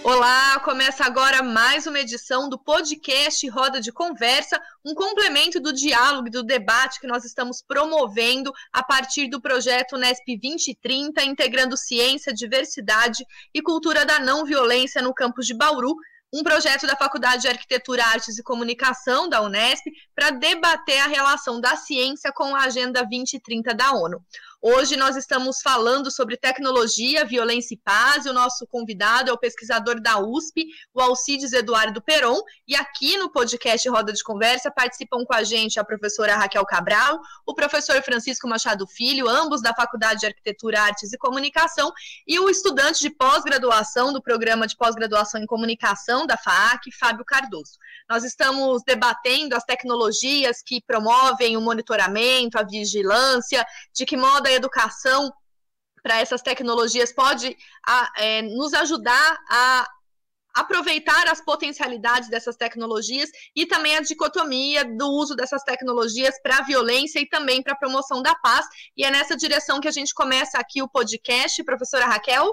Olá, começa agora mais uma edição do podcast Roda de Conversa, um complemento do diálogo e do debate que nós estamos promovendo a partir do projeto Unesp 2030, integrando ciência, diversidade e cultura da não violência no campus de Bauru, um projeto da Faculdade de Arquitetura, Artes e Comunicação da Unesp para debater a relação da ciência com a Agenda 2030 da ONU. Hoje nós estamos falando sobre tecnologia, violência e paz, e o nosso convidado é o pesquisador da USP, o Alcides Eduardo Peron, e aqui no podcast Roda de Conversa participam com a gente a professora Raquel Cabral, o professor Francisco Machado Filho, ambos da Faculdade de Arquitetura, Artes e Comunicação, e o estudante de pós-graduação do Programa de Pós-Graduação em Comunicação da FAAC, Fábio Cardoso. Nós estamos debatendo as tecnologias que promovem o monitoramento, a vigilância, de que modo a educação para essas tecnologias pode nos ajudar a aproveitar as potencialidades dessas tecnologias e também a dicotomia do uso dessas tecnologias para a violência e também para a promoção da paz. E é nessa direção que a gente começa aqui o podcast. Professora Raquel?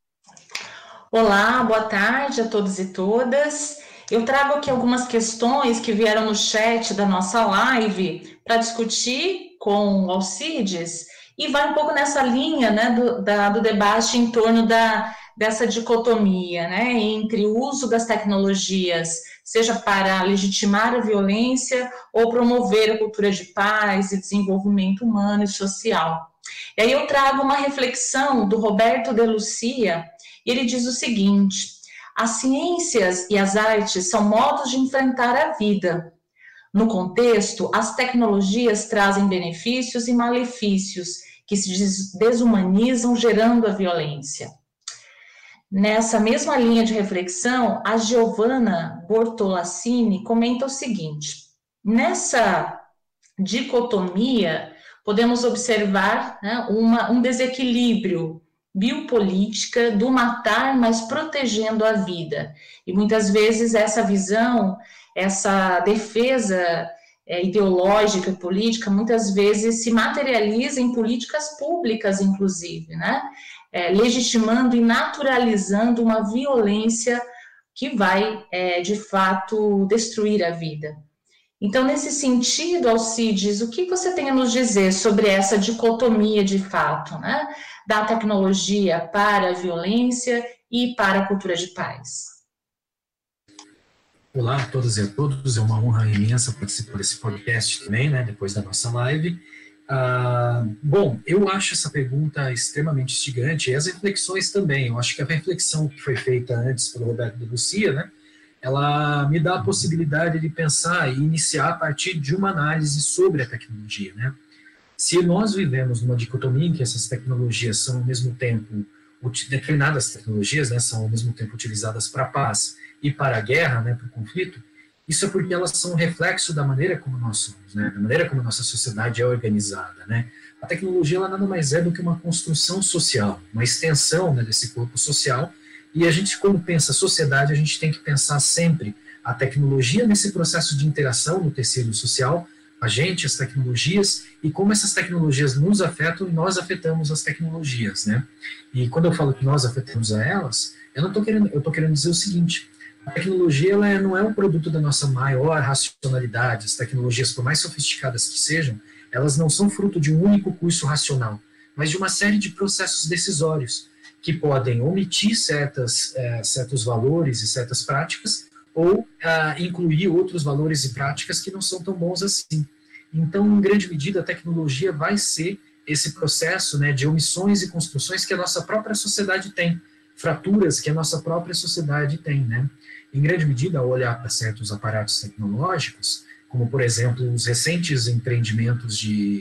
Olá, boa tarde a todos e todas. Eu trago aqui algumas questões que vieram no chat da nossa live para discutir com o Alcides e vai um pouco nessa linha, né, do debate em torno dessa dicotomia, né, entre o uso das tecnologias, seja para legitimar a violência ou promover a cultura de paz e desenvolvimento humano e social. E aí eu trago uma reflexão do Roberto de Lucia, e ele diz o seguinte: as ciências e as artes são modos de enfrentar a vida. No contexto, as tecnologias trazem benefícios e malefícios que se desumanizam, gerando a violência. Nessa mesma linha de reflexão, a Giovanna Bortolacini comenta o seguinte: nessa dicotomia, podemos observar, né, um desequilíbrio biopolítica do matar, mas protegendo a vida. E muitas vezes essa visão, essa defesa ideológica e política, muitas vezes se materializa em políticas públicas, inclusive, né? Legitimando e naturalizando uma violência que vai, de fato, destruir a vida. Então, nesse sentido, Alcides, o que você tem a nos dizer sobre essa dicotomia de fato, né, da tecnologia para a violência e para a cultura de paz? Olá a todas e a todos, é uma honra imensa participar desse podcast também, né, depois da nossa live. Bom, eu acho essa pergunta extremamente instigante e as reflexões também. Eu acho que a reflexão que foi feita antes pelo Roberto de Lucia, né, ela me dá a possibilidade de pensar e iniciar a partir de uma análise sobre a tecnologia, né? Se nós vivemos numa dicotomia em que essas tecnologias são ao mesmo tempo, determinadas tecnologias, né, são ao mesmo tempo utilizadas para a paz e para a guerra, né, para o conflito, isso é porque elas são um reflexo da maneira como nós somos, né, da maneira como a nossa sociedade é organizada, né? A tecnologia, ela nada mais é do que uma construção social, uma extensão, né, desse corpo social. E a gente, quando pensa sociedade, a gente tem que pensar sempre a tecnologia nesse processo de interação no tecido social, a gente, as tecnologias, e como essas tecnologias nos afetam e nós afetamos as tecnologias, né? E quando eu falo que nós afetamos a elas, eu estou querendo dizer o seguinte: a tecnologia, ela não é um produto da nossa maior racionalidade. As tecnologias, por mais sofisticadas que sejam, elas não são fruto de um único curso racional, mas de uma série de processos decisórios, que podem omitir certos valores e certas práticas ou incluir outros valores e práticas que não são tão bons assim. Então, em grande medida, a tecnologia vai ser esse processo, né, de omissões e construções que a nossa própria sociedade tem, fraturas que a nossa própria sociedade tem, né? Em grande medida, ao olhar para certos aparatos tecnológicos, como, por exemplo, os recentes empreendimentos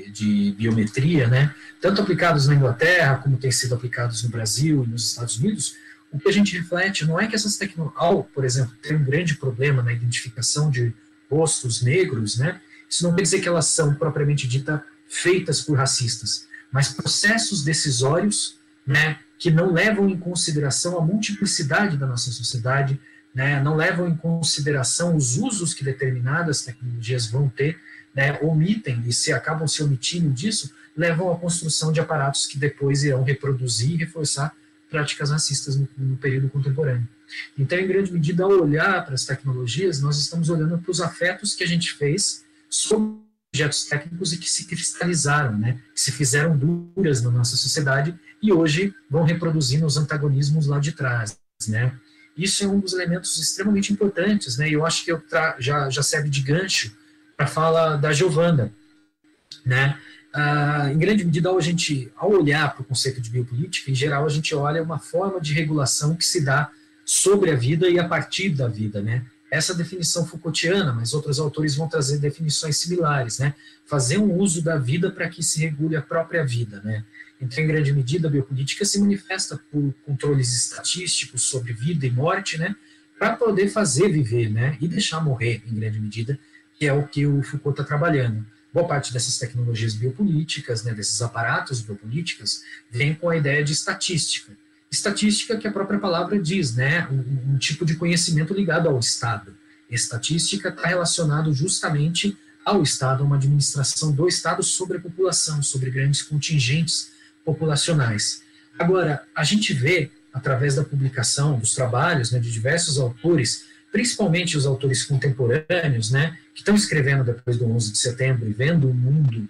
de biometria, né, tanto aplicados na Inglaterra, como têm sido aplicados no Brasil e nos Estados Unidos, o que a gente reflete não é que essas tecnologias, ao, por exemplo, ter um grande problema na identificação de rostos negros, né, isso não quer dizer que elas são, propriamente dita, feitas por racistas, mas processos decisórios, né, que não levam em consideração a multiplicidade da nossa sociedade, né, não levam em consideração os usos que determinadas tecnologias vão ter, né, omitem e acabam se omitindo disso, levam à construção de aparatos que depois irão reproduzir e reforçar práticas racistas no período contemporâneo. Então, em grande medida, ao olhar para as tecnologias, nós estamos olhando para os afetos que a gente fez sobre objetos técnicos e que se cristalizaram, né, que se fizeram duras na nossa sociedade e hoje vão reproduzindo os antagonismos lá de trás, né. Isso é um dos elementos extremamente importantes, né, e eu acho que já serve de gancho para a fala da Giovana, né. Em grande medida, ao olhar para o conceito de biopolítica, em geral, a gente olha uma forma de regulação que se dá sobre a vida e a partir da vida, né? Essa definição Foucaultiana, mas outros autores vão trazer definições similares, né? Fazer um uso da vida para que se regule a própria vida, né? Então, em grande medida, a biopolítica se manifesta por controles estatísticos sobre vida e morte, né? Para poder fazer viver, né? E deixar morrer, em grande medida, que é o que o Foucault está trabalhando. Boa parte dessas tecnologias biopolíticas, né, desses aparatos biopolíticos, vem com a ideia de estatística. Estatística que a própria palavra diz, né, um tipo de conhecimento ligado ao Estado. Estatística está relacionado justamente ao Estado, a uma administração do Estado sobre a população, sobre grandes contingentes populacionais. Agora, a gente vê, através da publicação dos trabalhos, né, de diversos autores, principalmente os autores contemporâneos, né, que estão escrevendo depois do 11 de setembro e vendo o mundo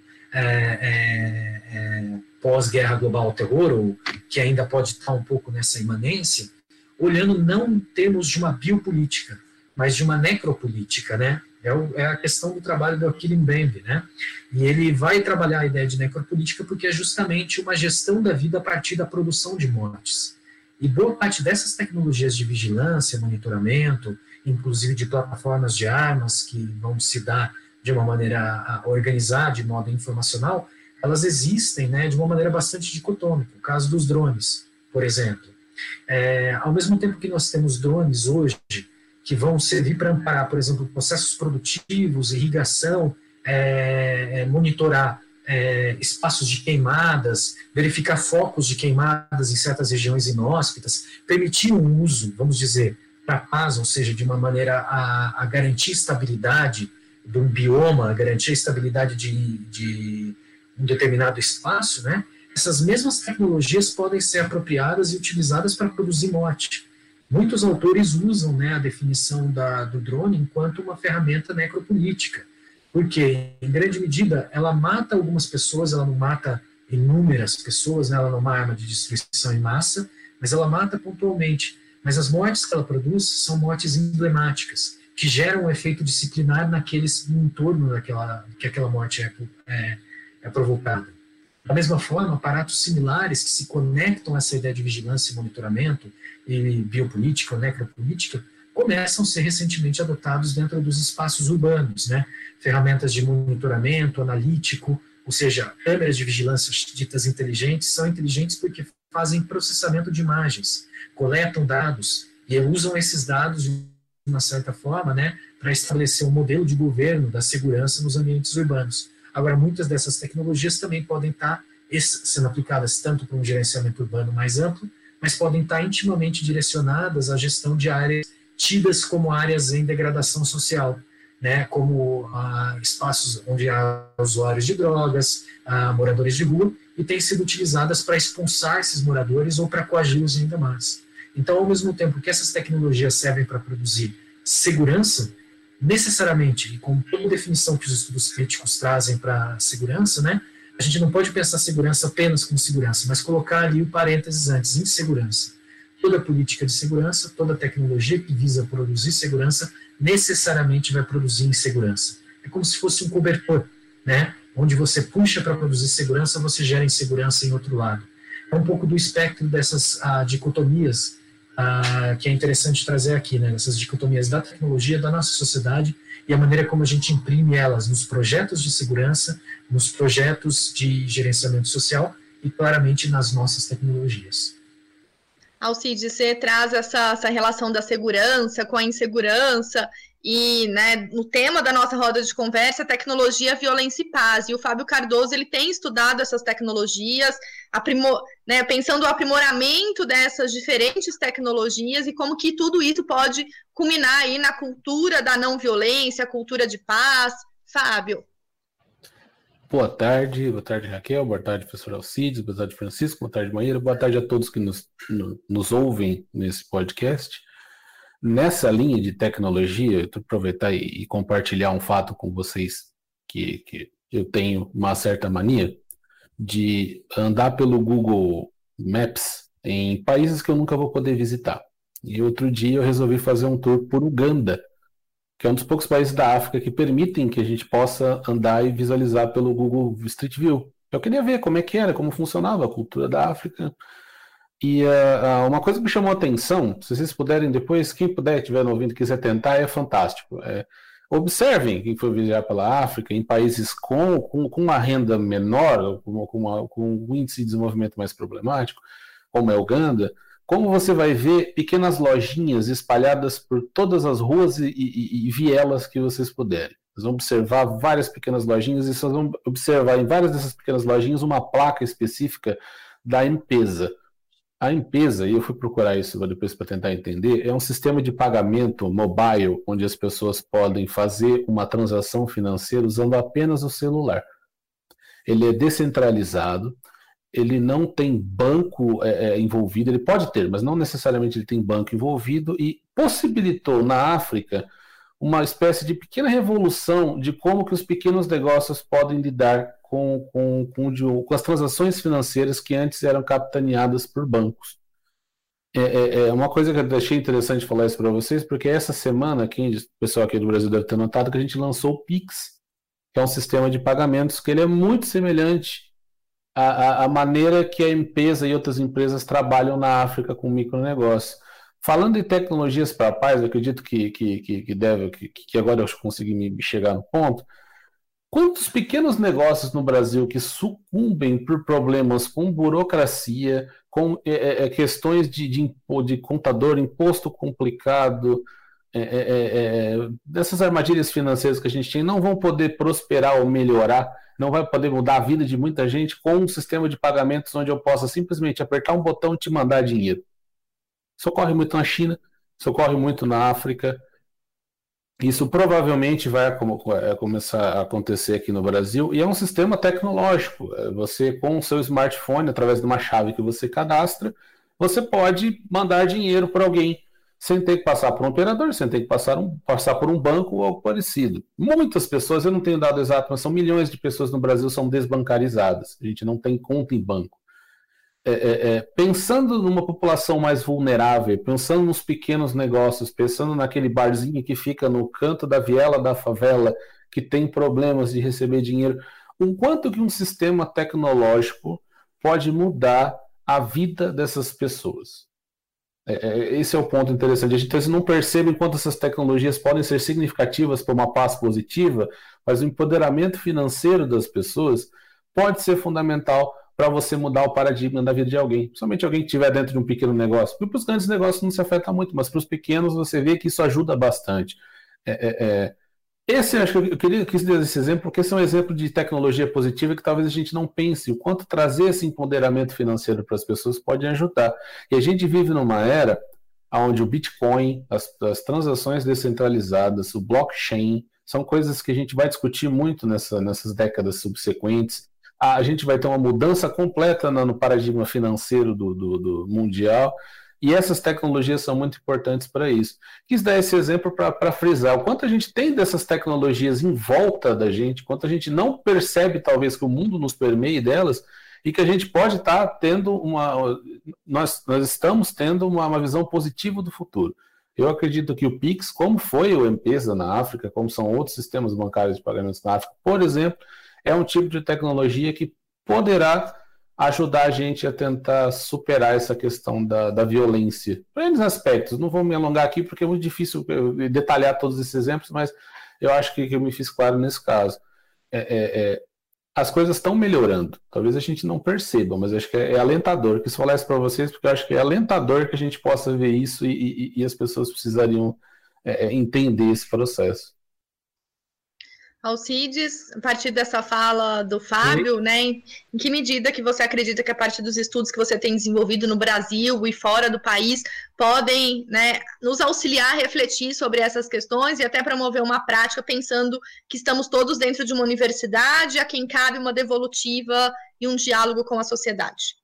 pós-guerra global ao terror, ou que ainda pode estar um pouco nessa imanência, olhando não em termos de uma biopolítica, mas de uma necropolítica, né? É a questão do trabalho do Achille Mbembe, né? E ele vai trabalhar a ideia de necropolítica porque é justamente uma gestão da vida a partir da produção de mortes. E boa parte dessas tecnologias de vigilância, monitoramento, inclusive de plataformas de armas que vão se dar de uma maneira organizada, de modo informacional, elas existem, né, de uma maneira bastante dicotômica. O caso dos drones, por exemplo. Ao mesmo tempo que nós temos drones hoje, que vão servir para amparar, por exemplo, processos produtivos, irrigação, monitorar espaços de queimadas, verificar focos de queimadas em certas regiões inóspitas, permitir um uso, vamos dizer, para a paz, ou seja, de uma maneira a garantir estabilidade de um bioma, a garantir a estabilidade de um determinado espaço, né? Essas mesmas tecnologias podem ser apropriadas e utilizadas para produzir morte. Muitos autores usam, né, a definição do drone enquanto uma ferramenta necropolítica, porque, em grande medida, ela mata algumas pessoas, ela não mata inúmeras pessoas, né, ela não é uma arma de destruição em massa, mas ela mata pontualmente. Mas as mortes que ela produz são mortes emblemáticas, que geram um efeito disciplinar no entorno que aquela morte é provocada. Da mesma forma, aparatos similares que se conectam a essa ideia de vigilância e monitoramento, e biopolítica ou necropolítica, começam a ser recentemente adotados dentro dos espaços urbanos, né? Ferramentas de monitoramento analítico, ou seja, câmeras de vigilância ditas inteligentes, são inteligentes porque fazem processamento de imagens, coletam dados e usam esses dados de uma certa forma, né, para estabelecer um modelo de governo da segurança nos ambientes urbanos. Agora, muitas dessas tecnologias também podem estar sendo aplicadas tanto para um gerenciamento urbano mais amplo, mas podem estar intimamente direcionadas à gestão de áreas tidas como áreas em degradação social, né, como espaços onde há usuários de drogas, moradores de rua, e têm sido utilizadas para expulsar esses moradores ou para coagi-los ainda mais. Então, ao mesmo tempo que essas tecnologias servem para produzir segurança, necessariamente, e com toda a definição que os estudos críticos trazem para a segurança, né, a gente não pode pensar segurança apenas como segurança, mas colocar ali o parênteses antes, insegurança. Toda política de segurança, toda tecnologia que visa produzir segurança, necessariamente vai produzir insegurança. É como se fosse um cobertor, né? Onde você puxa para produzir segurança, você gera insegurança em outro lado. É um pouco do espectro dessas dicotomias que é interessante trazer aqui, né? Essas dicotomias da tecnologia, da nossa sociedade e a maneira como a gente imprime elas nos projetos de segurança, nos projetos de gerenciamento social e, claramente, nas nossas tecnologias. Alcide, você traz essa relação da segurança com a insegurança e, né, no tema da nossa roda de conversa, tecnologia, violência e paz. E o Fábio Cardoso, ele tem estudado essas tecnologias, né, pensando o aprimoramento dessas diferentes tecnologias e como que tudo isso pode culminar aí na cultura da não violência, cultura de paz. Fábio. Boa tarde Raquel, boa tarde professor Alcides, boa tarde Francisco, boa tarde Maíra, boa tarde a todos que nos ouvem nesse podcast. Nessa linha de tecnologia, eu vou aproveitar e compartilhar um fato com vocês que eu tenho uma certa mania de andar pelo Google Maps em países que eu nunca vou poder visitar. E outro dia eu resolvi fazer um tour por Uganda, que é um dos poucos países da África que permitem que a gente possa andar e visualizar pelo Google Street View. Eu queria ver como é que era, como funcionava a cultura da África. E uma coisa que me chamou a atenção, se vocês puderem depois, quem puder, estiver ouvindo e quiser tentar, é fantástico. Observem quem for viajar pela África, em países com uma renda menor, com um índice de desenvolvimento mais problemático, como é Uganda, como você vai ver pequenas lojinhas espalhadas por todas as ruas e vielas que vocês puderem. Vocês vão observar várias pequenas lojinhas e vocês vão observar em várias dessas pequenas lojinhas uma placa específica da M-Pesa. A M-Pesa, e eu fui procurar isso depois para tentar entender, é um sistema de pagamento mobile onde as pessoas podem fazer uma transação financeira usando apenas o celular. Ele é descentralizado, ele não tem banco envolvido, ele pode ter, mas não necessariamente ele tem banco envolvido, e possibilitou na África uma espécie de pequena revolução de como que os pequenos negócios podem lidar com as transações financeiras que antes eram capitaneadas por bancos. É uma coisa que eu achei interessante falar isso para vocês, porque essa semana, o pessoal aqui do Brasil deve ter notado que a gente lançou o Pix, que é um sistema de pagamentos que ele é muito semelhante à maneira que a M-Pesa e outras empresas trabalham na África com micronegócio. Falando em tecnologias para a paz, eu acredito que agora eu consegui me chegar no ponto. Quantos pequenos negócios no Brasil que sucumbem por problemas com burocracia, com questões de contador, imposto complicado, dessas armadilhas financeiras que a gente tem, não vão poder prosperar ou melhorar, não vai poder mudar a vida de muita gente com um sistema de pagamentos onde eu possa simplesmente apertar um botão e te mandar dinheiro. Isso ocorre muito na China, isso ocorre muito na África. Isso provavelmente vai começar a acontecer aqui no Brasil, e é um sistema tecnológico. Você, com o seu smartphone, através de uma chave que você cadastra, você pode mandar dinheiro para alguém, sem ter que passar por um operador, sem ter que passar por um banco ou algo parecido. Muitas pessoas, eu não tenho dado exato, mas são milhões de pessoas no Brasil são desbancarizadas. A gente não tem conta em banco. Pensando numa população mais vulnerável, pensando nos pequenos negócios, pensando naquele barzinho que fica no canto da viela da favela, que tem problemas de receber dinheiro, o quanto que um sistema tecnológico pode mudar a vida dessas pessoas? Esse é o ponto interessante. A gente não percebe enquanto essas tecnologias podem ser significativas para uma paz positiva, mas o empoderamento financeiro das pessoas pode ser fundamental para você mudar o paradigma da vida de alguém, principalmente alguém que estiver dentro de um pequeno negócio. Porque para os grandes negócios não se afeta muito, mas para os pequenos você vê que isso ajuda bastante. Acho que eu quis dar esse exemplo, porque esse é um exemplo de tecnologia positiva que talvez a gente não pense o quanto trazer esse empoderamento financeiro para as pessoas pode ajudar. E a gente vive numa era onde o Bitcoin, as transações descentralizadas, o blockchain, são coisas que a gente vai discutir muito nessas décadas subsequentes. A gente vai ter uma mudança completa no paradigma financeiro do mundial, e essas tecnologias são muito importantes para isso. Quis dar esse exemplo para frisar o quanto a gente tem dessas tecnologias em volta da gente, quanto a gente não percebe, talvez, que o mundo nos permeie delas, e que a gente pode estar tendo nós estamos tendo uma visão positiva do futuro. Eu acredito que o Pix, como foi o M-Pesa na África, como são outros sistemas bancários de pagamentos na África, por exemplo, é um tipo de tecnologia que poderá ajudar a gente a tentar superar essa questão da violência. Por N aspectos, não vou me alongar aqui porque é muito difícil detalhar todos esses exemplos, mas eu acho que eu me fiz claro nesse caso. As coisas estão melhorando, talvez a gente não perceba, mas acho que é alentador. Eu quis falar isso para vocês porque eu acho que é alentador que a gente possa ver isso e as pessoas precisariam entender esse processo. Alcides, a partir dessa fala do Fábio, né, em que medida que você acredita que a partir dos estudos que você tem desenvolvido no Brasil e fora do país podem, né, nos auxiliar a refletir sobre essas questões e até promover uma prática pensando que estamos todos dentro de uma universidade, a quem cabe uma devolutiva e um diálogo com a sociedade?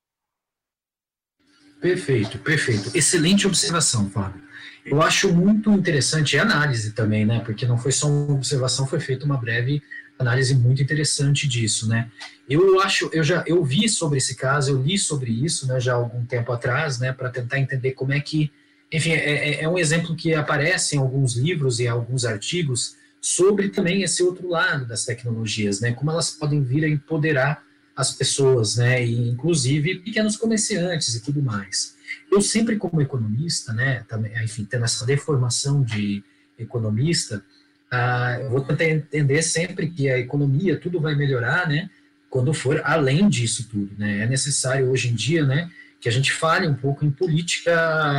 Perfeito, perfeito. Excelente observação, Fábio. Eu acho muito interessante a análise também, né? Porque não foi só uma observação, foi feita uma breve análise muito interessante disso, né? Eu vi sobre esse caso, eu li sobre isso, né? Já há algum tempo atrás, né? Para tentar entender como é que, enfim, é um exemplo que aparece em alguns livros e alguns artigos sobre também esse outro lado das tecnologias, né? Como elas podem vir a empoderar as pessoas, né? E inclusive pequenos comerciantes e tudo mais. Eu sempre, como economista, né, também, enfim, tendo essa deformação de economista, eu vou tentar entender sempre que a economia, tudo vai melhorar, né, quando for além disso tudo, né. É necessário hoje em dia, né, que a gente fale um pouco em política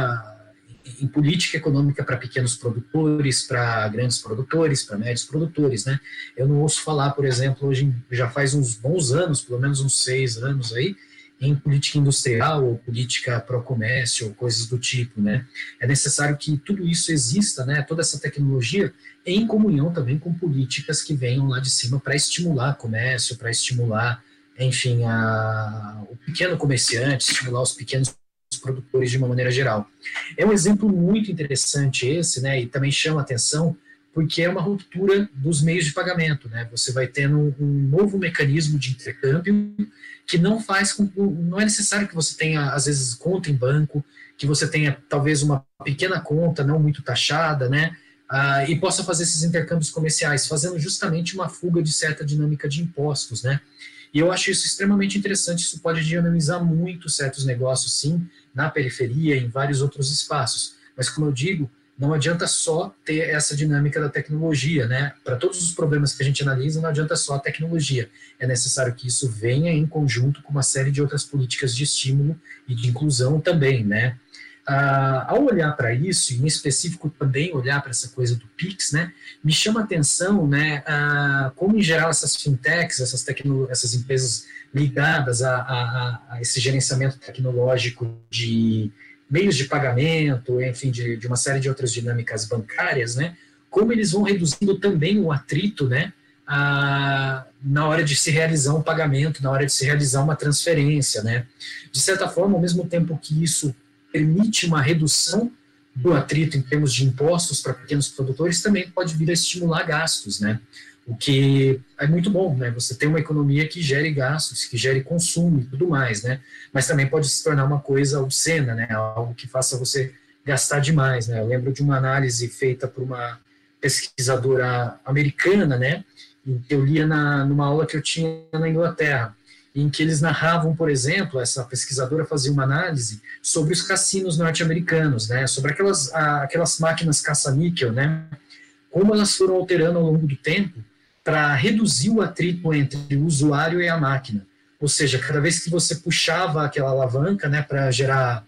econômica para pequenos produtores, para grandes produtores, para médios produtores, né. Eu não ouço falar, por exemplo, hoje já faz uns bons anos, pelo menos uns 6 anos aí, em política industrial ou política pró-comércio ou coisas do tipo, né? É necessário que tudo isso exista, né? Toda essa tecnologia em comunhão também com políticas que venham lá de cima para estimular comércio, para estimular, enfim, o pequeno comerciante, estimular os pequenos produtores de uma maneira geral. É um exemplo muito interessante esse, né? E também chama atenção porque é uma ruptura dos meios de pagamento, né? Você vai tendo um novo mecanismo de intercâmbio que não é necessário que você tenha, às vezes, conta em banco, que você tenha, talvez, uma pequena conta, não muito taxada, né? E possa fazer esses intercâmbios comerciais, fazendo justamente uma fuga de certa dinâmica de impostos, né? E eu acho isso extremamente interessante, isso pode dinamizar muito certos negócios, sim, na periferia, em vários outros espaços. Mas, como eu digo, não adianta só ter essa dinâmica da tecnologia, né? Para todos os problemas que a gente analisa, não adianta só a tecnologia. É necessário que isso venha em conjunto com uma série de outras políticas de estímulo e de inclusão também, né? Ao olhar para isso, e em específico também olhar para essa coisa do Pix, né? Me chama a atenção, né? Como em geral essas fintechs, essas empresas ligadas a esse gerenciamento tecnológico de meios de pagamento, enfim, de uma série de outras dinâmicas bancárias, né, como eles vão reduzindo também o atrito, né, na hora de se realizar um pagamento, na hora de se realizar uma transferência, né. De certa forma, ao mesmo tempo que isso permite uma redução do atrito em termos de impostos para pequenos produtores, também pode vir a estimular gastos, né, o que é muito bom, né? Você tem uma economia que gere gastos, que gere consumo e tudo mais, né? Mas também pode se tornar uma coisa obscena, né? Algo que faça você gastar demais, né? Eu lembro de uma análise feita por uma pesquisadora americana, né? Em que eu lia numa aula que eu tinha na Inglaterra, em que eles narravam, por exemplo, essa pesquisadora fazia uma análise sobre os cassinos norte-americanos, né? Sobre aquelas máquinas caça-níquel, né? Como elas foram alterando ao longo do tempo para reduzir o atrito entre o usuário e a máquina. Ou seja, cada vez que você puxava aquela alavanca, né, para gerar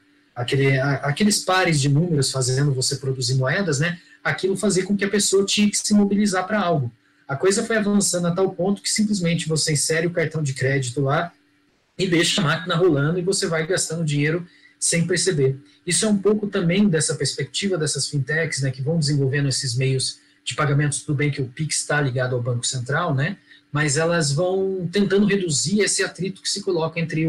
aqueles pares de números fazendo você produzir moedas, né, aquilo fazia com que a pessoa tinha que se mobilizar para algo. A coisa foi avançando a tal ponto que simplesmente você insere o cartão de crédito lá e deixa a máquina rolando e você vai gastando dinheiro sem perceber. Isso é um pouco também dessa perspectiva dessas fintechs, né, que vão desenvolvendo esses meios de pagamentos, tudo bem que o Pix está ligado ao Banco Central, né? Mas elas vão tentando reduzir esse atrito que se coloca entre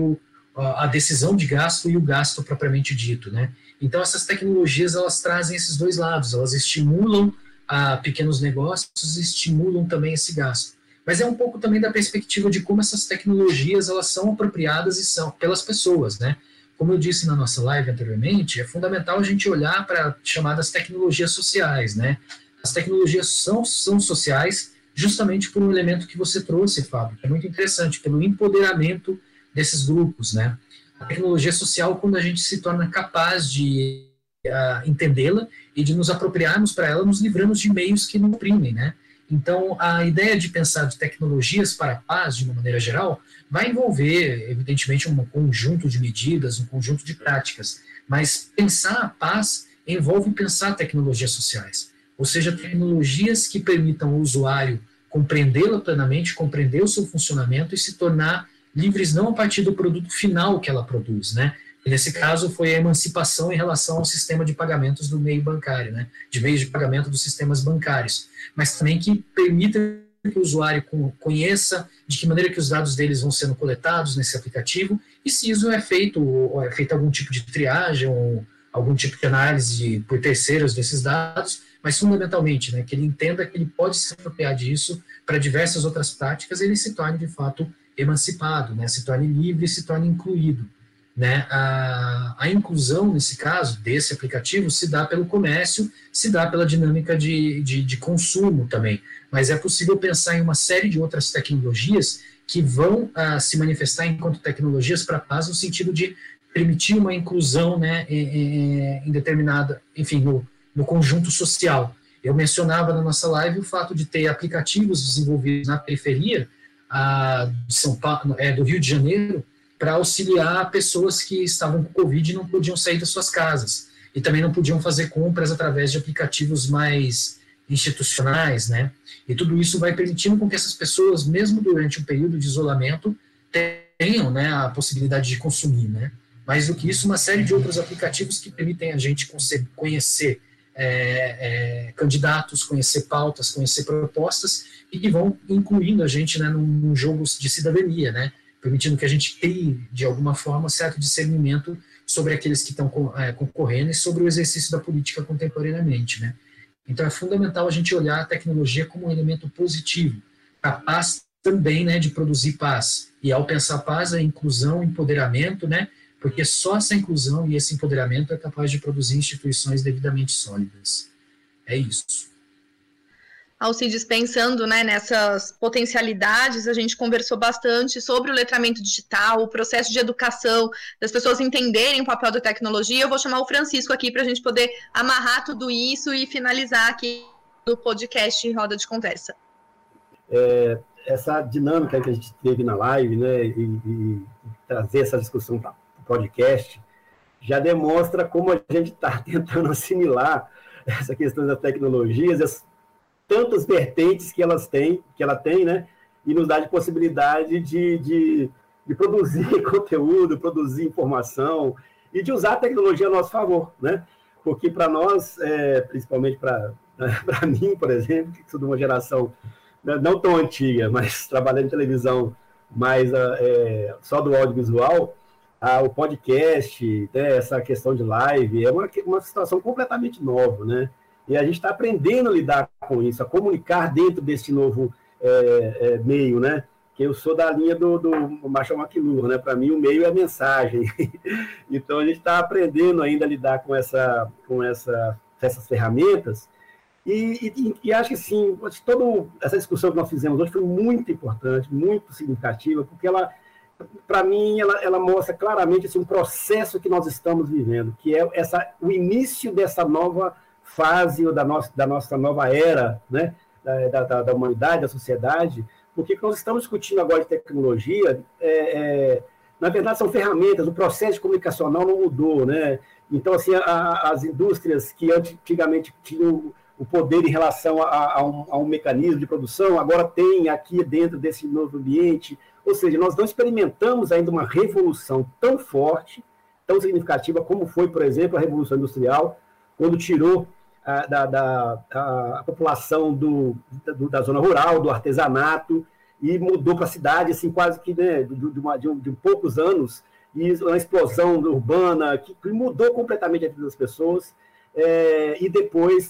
a decisão de gasto e o gasto propriamente dito, né? Então, essas tecnologias, elas trazem esses dois lados, elas estimulam a pequenos negócios e estimulam também esse gasto. Mas é um pouco também da perspectiva de como essas tecnologias, elas são apropriadas e são pelas pessoas, né? Como eu disse na nossa live anteriormente, é fundamental a gente olhar para chamadas tecnologias sociais, né? As tecnologias são sociais justamente por um elemento que você trouxe, Fábio, que é muito interessante, pelo empoderamento desses grupos, né? A tecnologia social, quando a gente se torna capaz de entendê-la e de nos apropriarmos para ela, nos livramos de meios que não oprimem, né? Então, a ideia de pensar de tecnologias para a paz, de uma maneira geral, vai envolver, evidentemente, um conjunto de medidas, um conjunto de práticas, mas pensar a paz envolve pensar tecnologias sociais. Ou seja, tecnologias que permitam ao usuário compreendê-la plenamente, compreender o seu funcionamento e se tornar livres não a partir do produto final que ela produz, né? E nesse caso foi a emancipação em relação ao sistema de pagamentos do meio bancário, né? De meios de pagamento dos sistemas bancários, mas também que permita que o usuário conheça de que maneira que os dados deles vão sendo coletados nesse aplicativo e se isso é feito algum tipo de triagem ou algum tipo de análise por terceiros desses dados, mas fundamentalmente, né, que ele entenda que ele pode se apropriar disso para diversas outras práticas e ele se torne de fato emancipado, né, se torne livre, se torne incluído. Né? A inclusão, nesse caso, desse aplicativo, se dá pelo comércio, se dá pela dinâmica de consumo também, mas é possível pensar em uma série de outras tecnologias que vão se manifestar enquanto tecnologias para a paz, no sentido de permitir uma inclusão, né, em determinada, enfim, no conjunto social. Eu mencionava na nossa live o fato de ter aplicativos desenvolvidos na periferia de São Paulo, do Rio de Janeiro, para auxiliar pessoas que estavam com Covid e não podiam sair das suas casas. E também não podiam fazer compras através de aplicativos mais institucionais, né? E tudo isso vai permitindo com que essas pessoas, mesmo durante um período de isolamento, tenham, né, a possibilidade de consumir, né? Mais do que isso, uma série de outros aplicativos que permitem a gente conhecer candidatos, conhecer pautas, conhecer propostas e que vão incluindo a gente, né, num jogo de cidadania, né? Permitindo que a gente crie, de alguma forma, certo discernimento sobre aqueles que estão concorrendo e sobre o exercício da política contemporaneamente, né? Então, é fundamental a gente olhar a tecnologia como um elemento positivo, capaz também, né, de produzir paz. E, ao pensar paz, a inclusão, empoderamento, né? Porque só essa inclusão e esse empoderamento é capaz de produzir instituições devidamente sólidas. É isso. Alcides, pensando, né, nessas potencialidades, a gente conversou bastante sobre o letramento digital, o processo de educação, das pessoas entenderem o papel da tecnologia. Eu vou chamar o Francisco aqui para a gente poder amarrar tudo isso e finalizar aqui o podcast Roda de Conversa. Essa dinâmica que a gente teve na live, né, e trazer essa discussão para o podcast, já demonstra como a gente está tentando assimilar essa questão das tecnologias, as tantas vertentes que ela tem, né? E nos dá de possibilidade de produzir conteúdo, produzir informação e de usar a tecnologia a nosso favor, né? Porque para nós, principalmente para mim, por exemplo, que sou de uma geração não tão antiga, mas trabalhando em televisão, mas só do audiovisual, o podcast, né, essa questão de live, é uma situação completamente nova, né? E a gente está aprendendo a lidar com isso, a comunicar dentro desse novo meio, né? Que eu sou da linha do Marshall McLuhan, né? Para mim, o meio é a mensagem. Então, a gente está aprendendo ainda a lidar com essas ferramentas. E acho que, sim, toda essa discussão que nós fizemos hoje foi muito importante, muito significativa, porque ela, para mim, ela mostra claramente assim, um processo que nós estamos vivendo, que é o início dessa nova fase da nossa nova era, né, da humanidade, da sociedade, porque nós estamos discutindo agora de tecnologia, na verdade são ferramentas, o processo comunicacional não mudou, né? Então, assim, as indústrias que antigamente tinham o poder em relação a um mecanismo de produção, agora tem aqui dentro desse novo ambiente, ou seja, nós não experimentamos ainda uma revolução tão forte, tão significativa como foi, por exemplo, a Revolução Industrial, quando tirou a população da zona rural, do artesanato, e mudou para a cidade, assim, quase que, né, de poucos anos, e uma explosão urbana que mudou completamente a vida das pessoas, e depois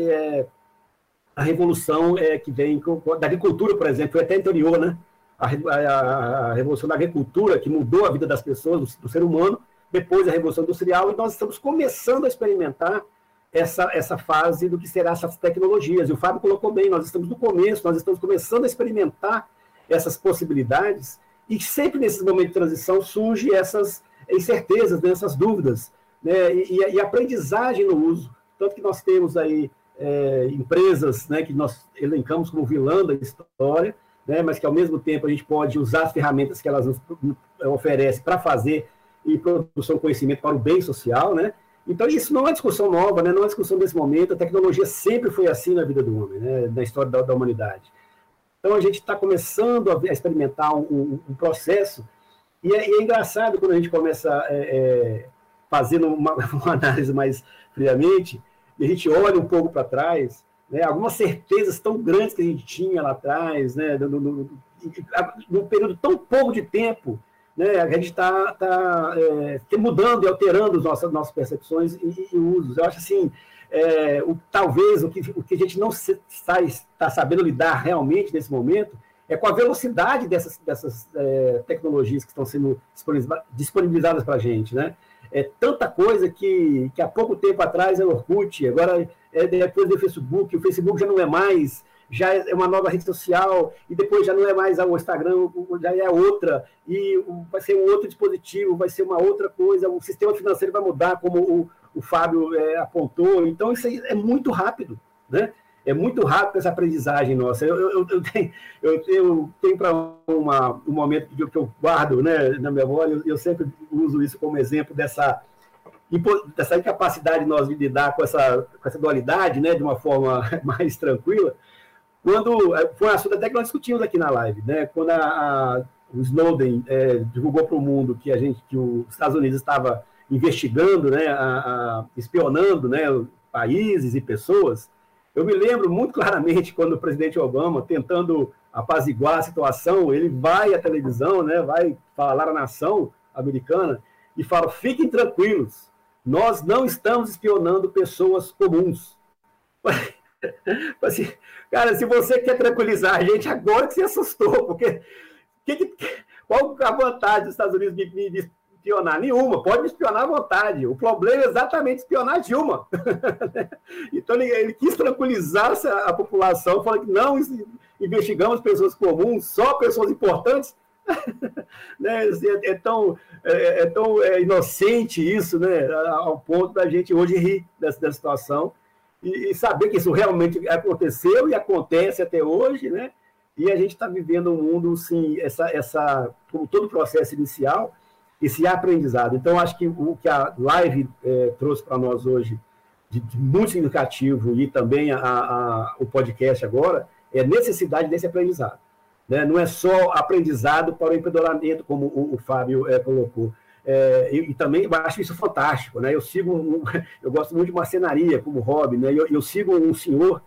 a revolução que vem da agricultura, por exemplo, foi até anterior, né? A revolução da agricultura, que mudou a vida das pessoas, do ser humano, depois a revolução industrial, e nós estamos começando a experimentar essa fase do que serão essas tecnologias. E o Fábio colocou bem, nós estamos no começo, nós estamos começando a experimentar essas possibilidades, e sempre nesses momentos de transição surgem essas incertezas, né, essas dúvidas, né, e aprendizagem no uso. Tanto que nós temos aí empresas, né, que nós elencamos como vilã da história, né, mas que ao mesmo tempo a gente pode usar as ferramentas que elas nos oferecem para fazer e produção de conhecimento para o bem social, né? Então, isso não é discussão nova, né? Não é discussão desse momento. A tecnologia sempre foi assim na vida do homem, né? Na história da humanidade. Então, a gente está começando a experimentar um processo, e é engraçado quando a gente começa fazendo uma análise mais friamente, e a gente olha um pouco para trás, né, algumas certezas tão grandes que a gente tinha lá atrás, né, num período tão pouco de tempo, né, a gente está mudando e alterando as nossas percepções e usos. Eu acho assim, talvez o que a gente não está sabendo lidar realmente nesse momento é com a velocidade dessas tecnologias que estão sendo disponibilizadas para a gente, né? É tanta coisa que há pouco tempo atrás era Orkut, agora depois do Facebook, o Facebook já não é mais, já é uma nova rede social, e depois já não é mais o Instagram, já é outra, e vai ser um outro dispositivo, vai ser uma outra coisa, o sistema financeiro vai mudar, como o Fábio apontou. Então, isso aí é muito rápido, né? É muito rápido essa aprendizagem nossa. Eu tenho para um momento que eu guardo, né, na memória, eu sempre uso isso como exemplo dessa incapacidade de nós de lidar com essa dualidade, né, de uma forma mais tranquila. Quando foi um assunto até que nós discutimos aqui na live, né, quando o Snowden divulgou para o mundo que os Estados Unidos estava investigando, né, espionando, né, países e pessoas. Eu me lembro muito claramente quando o presidente Obama, tentando apaziguar a situação, ele vai à televisão, né, vai falar à nação americana e fala: fiquem tranquilos, nós não estamos espionando pessoas comuns. Assim, cara, se você quer tranquilizar a gente, agora que você assustou, porque qual a vantagem dos Estados Unidos me espionar? Nenhuma, pode me espionar à vontade. O problema é exatamente espionar Dilma. Então, ele quis tranquilizar a população, falando que não investigamos pessoas comuns, só pessoas importantes. Né? É tão inocente isso, né? Ao ponto da gente hoje rir dessa situação e saber que isso realmente aconteceu e acontece até hoje, né? E a gente está vivendo um mundo, sim, como todo o processo inicial, esse aprendizado. Então, acho que o que a live trouxe para nós hoje, de muito significativo, e também o podcast agora, é a necessidade desse aprendizado. Né? Não é só aprendizado para o empreendedoramento, como o Fábio colocou. E também eu acho isso fantástico. Né? Eu gosto muito de marcenaria como hobby. Né? Eu sigo um senhor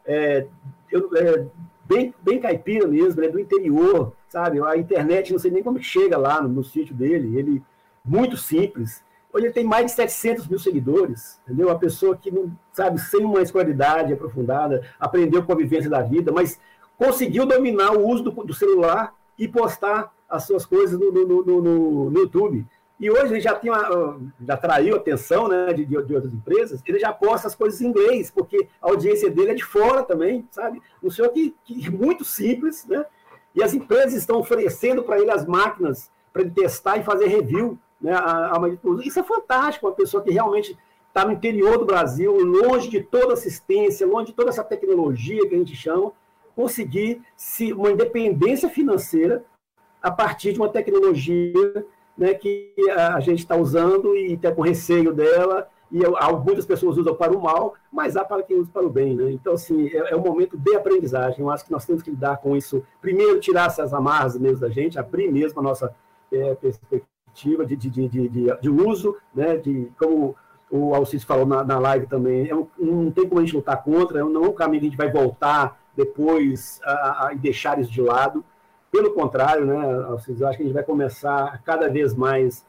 bem caipira mesmo, do interior, sabe? A internet, não sei nem como chega lá no sítio dele, ele muito simples. Hoje ele tem mais de 700 mil seguidores, entendeu? Uma pessoa que, não sabe, sem uma escolaridade aprofundada, aprendeu com a vivência da vida, mas conseguiu dominar o uso do celular e postar as suas coisas no YouTube. E hoje ele já atraiu a atenção, né, de outras empresas, ele já posta as coisas em inglês, porque a audiência dele é de fora também, sabe? Um senhor que é muito simples, né? E as empresas estão oferecendo para ele as máquinas para ele testar e fazer review, né? Isso é fantástico, uma pessoa que realmente está no interior do Brasil, longe de toda assistência, longe de toda essa tecnologia que a gente chama, conseguir uma independência financeira a partir de uma tecnologia, né, que a gente está usando e está com receio dela, e muitas pessoas usam para o mal, mas há para quem usa para o bem. Né? Então, assim, é um momento de aprendizagem. Eu acho que nós temos que lidar com isso. Primeiro, tirar essas amarras mesmo da gente, abrir mesmo a nossa perspectiva de uso, né, como o Alcides falou na live também. Não tem como a gente lutar contra, não é um caminho que a gente vai voltar depois a deixar isso de lado. Pelo contrário, né, eu acho que a gente vai começar cada vez mais,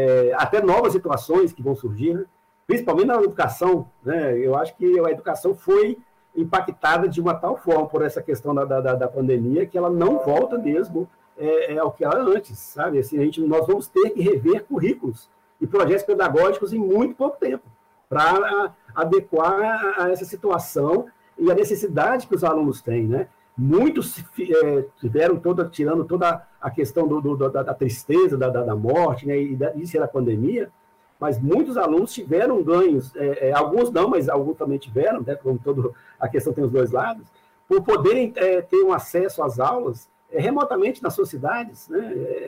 até novas situações que vão surgir, né, principalmente na educação. Né, eu acho que a educação foi impactada de uma tal forma por essa questão da pandemia que ela não volta mesmo ao que era antes, sabe? Assim, nós vamos ter que rever currículos e projetos pedagógicos em muito pouco tempo para adequar a essa situação e a necessidade que os alunos têm, né? Muitos tiveram tirando toda a questão da tristeza, da morte, né, e isso era a pandemia, mas muitos alunos tiveram ganhos, alguns não, mas alguns também tiveram, né, como toda a questão tem os dois lados, por poderem ter um acesso às aulas remotamente nas suas cidades, né,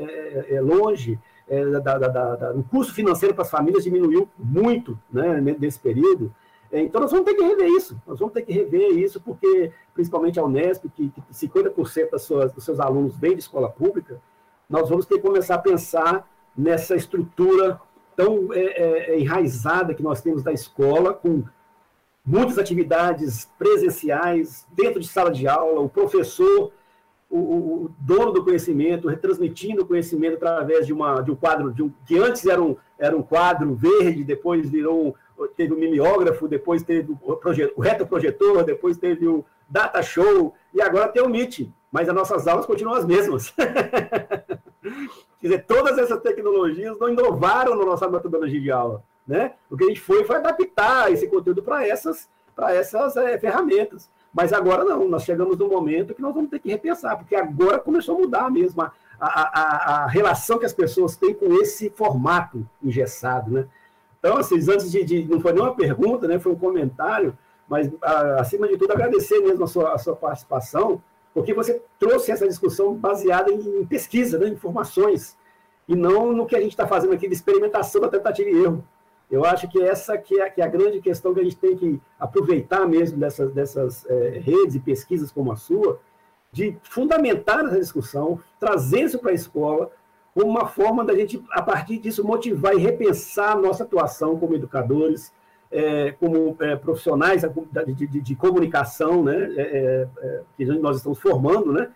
longe, o custo financeiro para as famílias diminuiu muito, né, nesse período. Então, nós vamos ter que rever isso, porque, principalmente a Unesp, que 50% dos seus alunos vêm de escola pública, nós vamos ter que começar a pensar nessa estrutura tão enraizada que nós temos da escola, com muitas atividades presenciais, dentro de sala de aula, o professor, o dono do conhecimento, retransmitindo o conhecimento através de um quadro, que antes era um quadro verde, depois teve o mimeógrafo, depois teve o retroprojetor, depois teve o data show, e agora tem o Meet, mas as nossas aulas continuam as mesmas. Quer dizer, todas essas tecnologias não inovaram na nossa metodologia de aula, né? O que a gente foi adaptar esse conteúdo para essas ferramentas. Mas agora não, nós chegamos num momento que nós vamos ter que repensar, porque agora começou a mudar mesmo a relação que as pessoas têm com esse formato engessado, né? Então, assim, antes não foi nem uma pergunta, né, foi um comentário, mas, acima de tudo, agradecer mesmo a sua participação, porque você trouxe essa discussão baseada em pesquisa, né, em informações, e não no que a gente está fazendo aqui de experimentação da tentativa e erro. Eu acho que essa que é a grande questão que a gente tem que aproveitar mesmo dessas redes e pesquisas como a sua, de fundamentar essa discussão, trazer isso para a escola, como uma forma da gente, a partir disso, motivar e repensar a nossa atuação como educadores, como profissionais de comunicação, né, que nós estamos formando, né,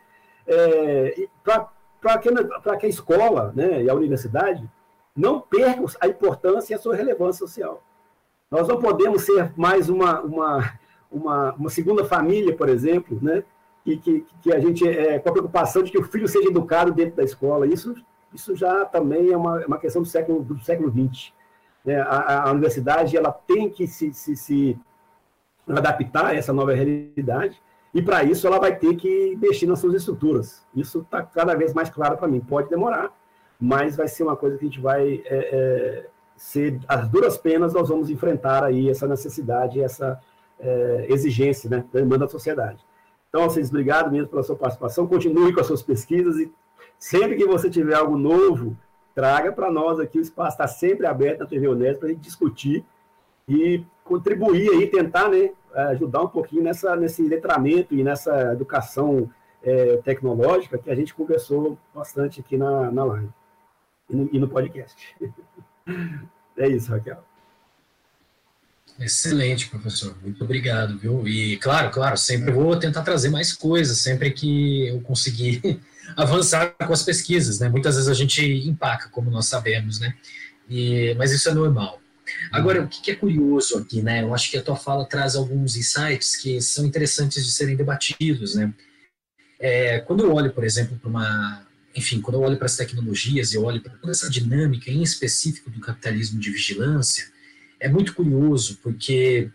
para que a escola, né, e a universidade não percam a importância e a sua relevância social. Nós não podemos ser mais uma segunda família, por exemplo, né, que a gente, com a preocupação de que o filho seja educado dentro da escola. Isso já também é uma questão do século XX. A universidade ela tem que se adaptar a essa nova realidade, e para isso ela vai ter que mexer nas suas estruturas. Isso está cada vez mais claro para mim. Pode demorar, mas vai ser uma coisa que a gente vai ser, às duras penas, nós vamos enfrentar aí essa necessidade, essa exigência, né, da demanda da sociedade. Então, vocês, obrigado mesmo pela sua participação, continue com as suas pesquisas e sempre que você tiver algo novo, traga para nós aqui, o espaço está sempre aberto na TV Unesp para a gente discutir e contribuir aí, tentar, né, ajudar um pouquinho nesse letramento e nessa educação tecnológica que a gente conversou bastante aqui na live e no podcast. É isso, Raquel. Excelente, professor. Muito obrigado, viu? E, claro, sempre vou tentar trazer mais coisas, sempre que eu conseguir avançar com as pesquisas, né? Muitas vezes a gente empaca, como nós sabemos, né? Mas isso é normal. Agora, o que é curioso aqui, né? Eu acho que a tua fala traz alguns insights que são interessantes de serem debatidos, né? Quando eu olho, por exemplo, quando eu olho para as tecnologias e eu olho para toda essa dinâmica, em específico do capitalismo de vigilância, é muito curioso, porque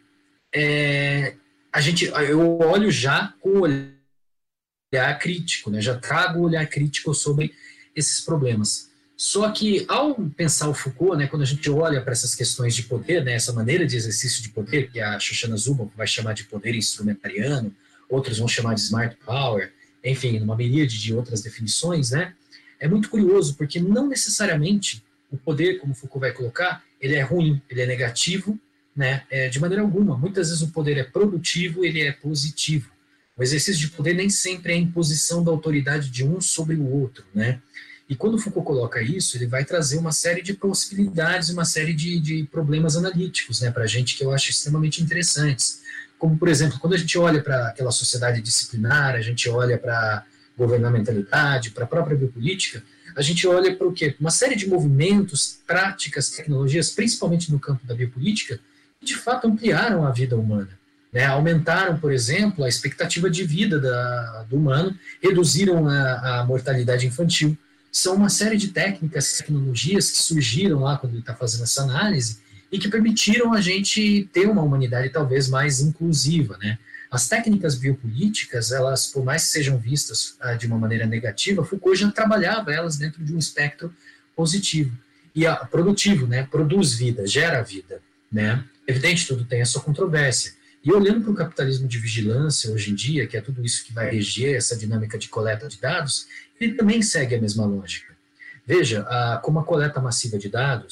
eu olho já com o olhar crítico, né? Já trago o olhar crítico sobre esses problemas. Só que, ao pensar o Foucault, né, quando a gente olha para essas questões de poder, né, essa maneira de exercício de poder, que a Shoshana Zuboff vai chamar de poder instrumentariano, outros vão chamar de smart power, enfim, uma miríade de outras definições, né, é muito curioso, porque não necessariamente o poder, como Foucault vai colocar, ele é ruim, ele é negativo, né, de maneira alguma. Muitas vezes o poder é produtivo, ele é positivo. O exercício de poder nem sempre é a imposição da autoridade de um sobre o outro, né? E quando Foucault coloca isso, ele vai trazer uma série de possibilidades, uma série de problemas analíticos, né, para a gente, que eu acho extremamente interessantes. Como, por exemplo, quando a gente olha para aquela sociedade disciplinar, a gente olha para a governamentalidade, para a própria biopolítica, a gente olha para o quê? Uma série de movimentos, práticas, tecnologias, principalmente no campo da biopolítica, que de fato ampliaram a vida humana, né? Aumentaram, por exemplo, a expectativa de vida do humano, reduziram a mortalidade infantil. São uma série de técnicas, tecnologias que surgiram lá quando ele está fazendo essa análise e que permitiram a gente ter uma humanidade talvez mais inclusiva, né? As técnicas biopolíticas, elas, por mais que sejam vistas de uma maneira negativa, Foucault já trabalhava elas dentro de um espectro positivo e produtivo, né? Produz vida, gera vida, né? Evidente, tudo tem a sua controvérsia. E olhando para o capitalismo de vigilância hoje em dia, que é tudo isso que vai reger essa dinâmica de coleta de dados, ele também segue a mesma lógica. Veja, como a coleta massiva de dados,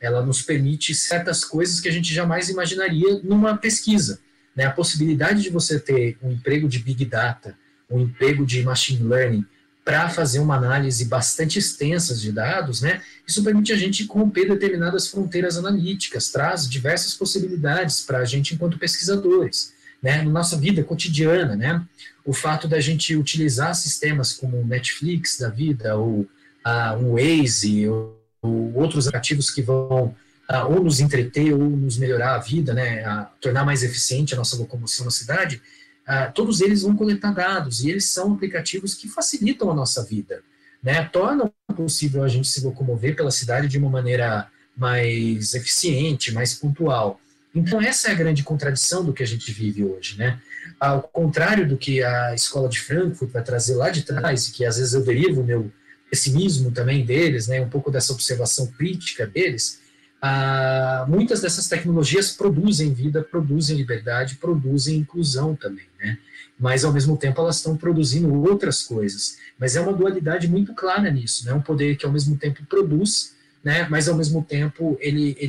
ela nos permite certas coisas que a gente jamais imaginaria numa pesquisa, né? A possibilidade de você ter um emprego de Big Data, um emprego de Machine Learning, para fazer uma análise bastante extensa de dados, né? Isso permite a gente romper determinadas fronteiras analíticas, traz diversas possibilidades para a gente enquanto pesquisadores, né? Na nossa vida cotidiana, né? O fato da gente utilizar sistemas como o Netflix da vida, ou o Waze, ou outros aplicativos que vão ou nos entreter, ou nos melhorar a vida, né? Tornar mais eficiente a nossa locomoção na cidade, todos eles vão coletar dados, e eles são aplicativos que facilitam a nossa vida, né? Tornam possível a gente se locomover pela cidade de uma maneira mais eficiente, mais pontual. Então, essa é a grande contradição do que a gente vive hoje, né? Ao contrário do que a Escola de Frankfurt vai trazer lá de trás, e que às vezes eu derivo o meu pessimismo também deles, né? Um pouco dessa observação crítica deles, muitas dessas tecnologias produzem vida, produzem liberdade, produzem inclusão também, né? Mas, ao mesmo tempo, elas estão produzindo outras coisas. Mas é uma dualidade muito clara nisso, né? Um poder que, ao mesmo tempo, produz, né? Mas, ao mesmo tempo,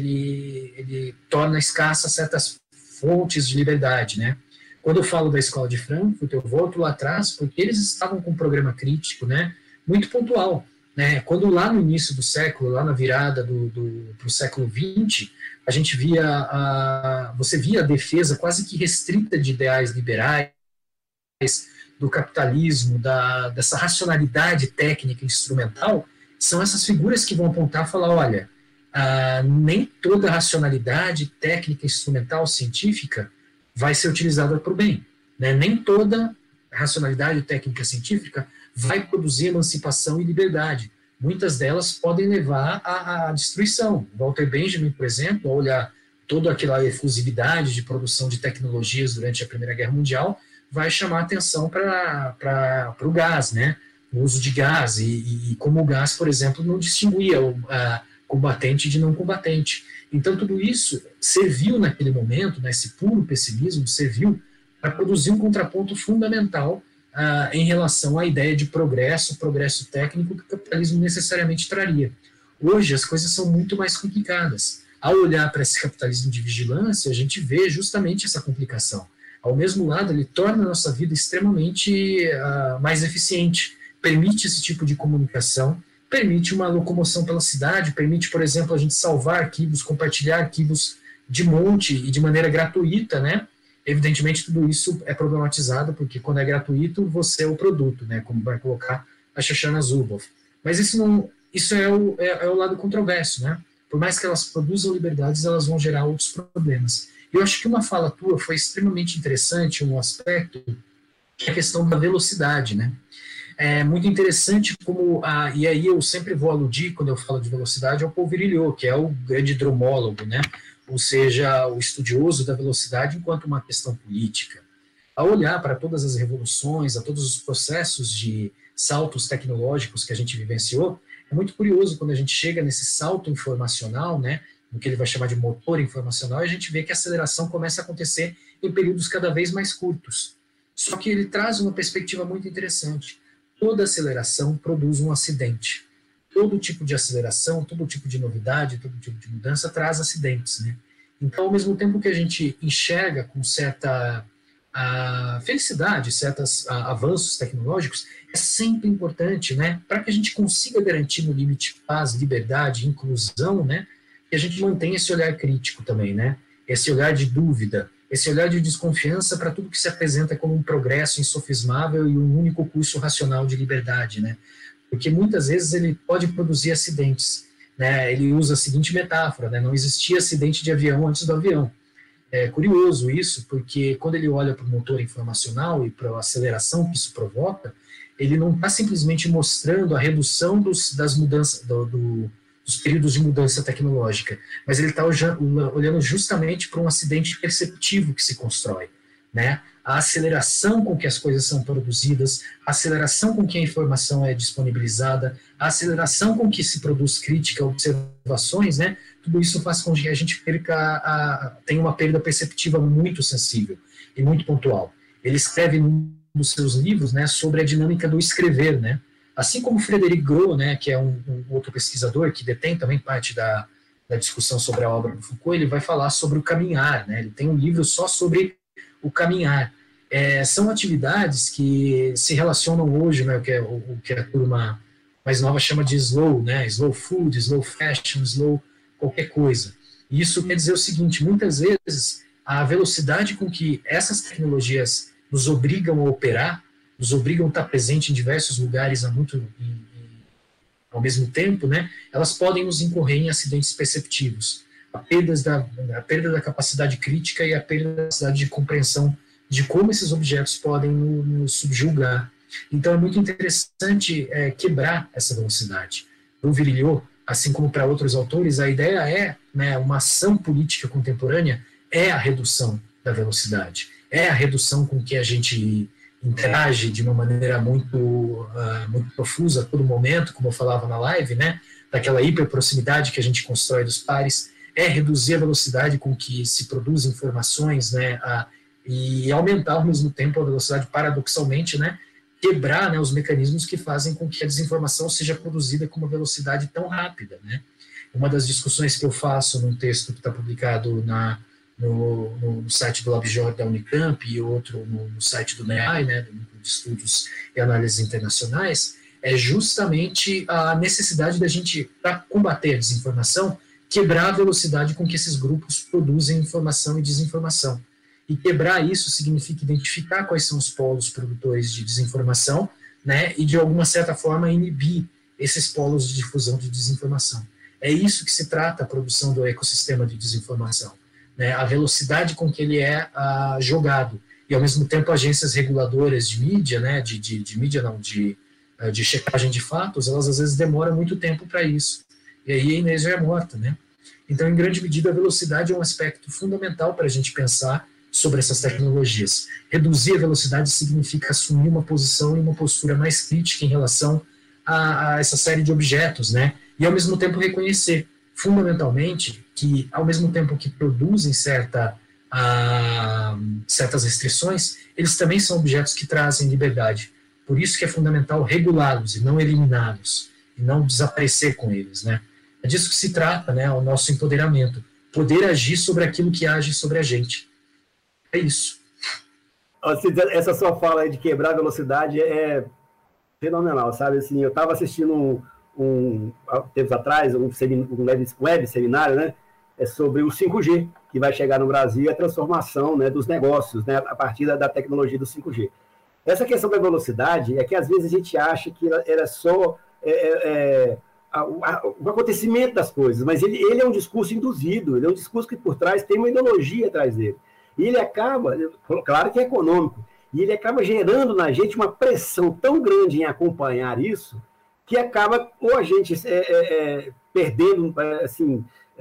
ele torna escassa certas fontes de liberdade, né? Quando eu falo da Escola de Frankfurt, eu volto lá atrás, porque eles estavam com um programa crítico, né? Muito pontual, né? Quando lá no início do século, lá na virada para o século XX, a gente você via a defesa quase que restrita de ideais liberais, do capitalismo, dessa racionalidade técnica e instrumental. São essas figuras que vão apontar e falar, olha, nem toda racionalidade técnica, instrumental, científica vai ser utilizada para o bem, né? Nem toda racionalidade técnica científica vai produzir emancipação e liberdade. Muitas delas podem levar à destruição. Walter Benjamin, por exemplo, ao olhar toda aquela efusividade de produção de tecnologias durante a Primeira Guerra Mundial, vai chamar atenção para o gás, né? O uso de gás, e como o gás, por exemplo, não distinguia o combatente de não combatente. Então, tudo isso serviu naquele momento, né, esse puro pessimismo, serviu para produzir um contraponto fundamental em relação à ideia de progresso técnico que o capitalismo necessariamente traria. Hoje, as coisas são muito mais complicadas. Ao olhar para esse capitalismo de vigilância, a gente vê justamente essa complicação. Ao mesmo lado, ele torna a nossa vida extremamente mais eficiente, permite esse tipo de comunicação, permite uma locomoção pela cidade, permite, por exemplo, a gente salvar arquivos, compartilhar arquivos de monte e de maneira gratuita, né? Evidentemente, tudo isso é problematizado, porque quando é gratuito, você é o produto, né? Como vai colocar a Shoshana Zuboff. Mas isso é o lado controverso, né? Por mais que elas produzam liberdades, elas vão gerar outros problemas. Eu acho que uma fala tua foi extremamente interessante, um aspecto, que é a questão da velocidade, né? É muito interessante como, e aí eu sempre vou aludir, quando eu falo de velocidade, ao Paul Virilio, que é o grande dromólogo, né? Ou seja, o estudioso da velocidade enquanto uma questão política. Ao olhar para todas as revoluções, a todos os processos de saltos tecnológicos que a gente vivenciou, é muito curioso quando a gente chega nesse salto informacional, né, no que ele vai chamar de motor informacional, e a gente vê que a aceleração começa a acontecer em períodos cada vez mais curtos. Só que ele traz uma perspectiva muito interessante. Toda aceleração produz um acidente. Todo tipo de aceleração, todo tipo de novidade, todo tipo de mudança traz acidentes, né? Então, ao mesmo tempo que a gente enxerga com certa felicidade, certos avanços tecnológicos, é sempre importante, né, para que a gente consiga garantir no limite paz, liberdade, inclusão, né, que a gente mantenha esse olhar crítico também, né, esse olhar de dúvida, esse olhar de desconfiança para tudo que se apresenta como um progresso insofismável e um único curso racional de liberdade, né, porque muitas vezes ele pode produzir acidentes, né, ele usa a seguinte metáfora, né, não existia acidente de avião antes do avião. É curioso isso, porque quando ele olha para o motor informacional e para a aceleração que isso provoca, ele não está simplesmente mostrando a redução das mudanças, dos períodos de mudança tecnológica, mas ele está olhando justamente para um acidente perceptivo que se constrói, né? A aceleração com que as coisas são produzidas, a aceleração com que a informação é disponibilizada, a aceleração com que se produz crítica, observações, né? Tudo isso faz com que a gente tenha uma perda perceptiva muito sensível e muito pontual. Ele escreve nos seus livros, né, sobre a dinâmica do escrever, né? Assim como Frederic Gros, né, que é um outro pesquisador que detém também parte da discussão sobre a obra do Foucault, ele vai falar sobre o caminhar, né? Ele tem um livro só sobre o caminhar. São atividades que se relacionam hoje, né, o que a turma mais nova chama de slow, né? Slow food, slow fashion, slow qualquer coisa. E isso quer dizer o seguinte: muitas vezes a velocidade com que essas tecnologias nos obrigam a operar, nos obrigam a estar presente em diversos lugares ao mesmo tempo, né, elas podem nos incorrer em acidentes perceptivos, a perda da capacidade crítica e a perda da capacidade de compreensão de como esses objetos podem nos subjugar. Então é muito interessante quebrar essa velocidade. Para o Virilio, assim como para outros autores, a ideia né, uma ação política contemporânea é a redução da velocidade, é a redução com que a gente interage de uma maneira muito profusa a todo momento, como eu falava na live, né, daquela hiperproximidade que a gente constrói dos pares, é reduzir a velocidade com que se produzem informações, né, e aumentar ao mesmo tempo a velocidade, paradoxalmente, né, quebrar, né, os mecanismos que fazem com que a desinformação seja produzida com uma velocidade tão rápida, né. Uma das discussões que eu faço num texto que está publicado no site do LabJOR da Unicamp e outro no site do NEAI, né, do Núcleo de Estudos e Análises Internacionais, é justamente a necessidade da gente, para combater a desinformação, quebrar a velocidade com que esses grupos produzem informação e desinformação. E quebrar isso significa identificar quais são os polos produtores de desinformação, né, e de alguma certa forma inibir esses polos de difusão de desinformação. É isso que se trata a produção do ecossistema de desinformação, né, a velocidade com que ele é jogado, e ao mesmo tempo agências reguladoras de mídia, né, de checagem de fatos, elas às vezes demoram muito tempo para isso, e aí a Inês já é morta, né? Então, em grande medida, a velocidade é um aspecto fundamental para a gente pensar sobre essas tecnologias. Reduzir a velocidade significa assumir uma posição e uma postura mais crítica em relação a essa série de objetos, né? E ao mesmo tempo reconhecer, fundamentalmente, que ao mesmo tempo que produzem certas restrições, eles também são objetos que trazem liberdade. Por isso que é fundamental regulá-los e não eliminá-los, e não desaparecer com eles, né? É disso que se trata, né, o nosso empoderamento, poder agir sobre aquilo que age sobre a gente. É isso. Essa sua fala aí de quebrar a velocidade é fenomenal, sabe? Assim, eu estava assistindo tempos atrás, um web seminário, né? Sobre o 5G, que vai chegar no Brasil, e a transformação, né, dos negócios, né, a partir da tecnologia do 5G. Essa questão da velocidade é que às vezes a gente acha que era só o acontecimento das coisas, mas ele é um discurso induzido, ele é um discurso que por trás tem uma ideologia atrás dele. E ele acaba, claro que é econômico, e ele acaba gerando na gente uma pressão tão grande em acompanhar isso, que acaba ou a gente perdendo assim,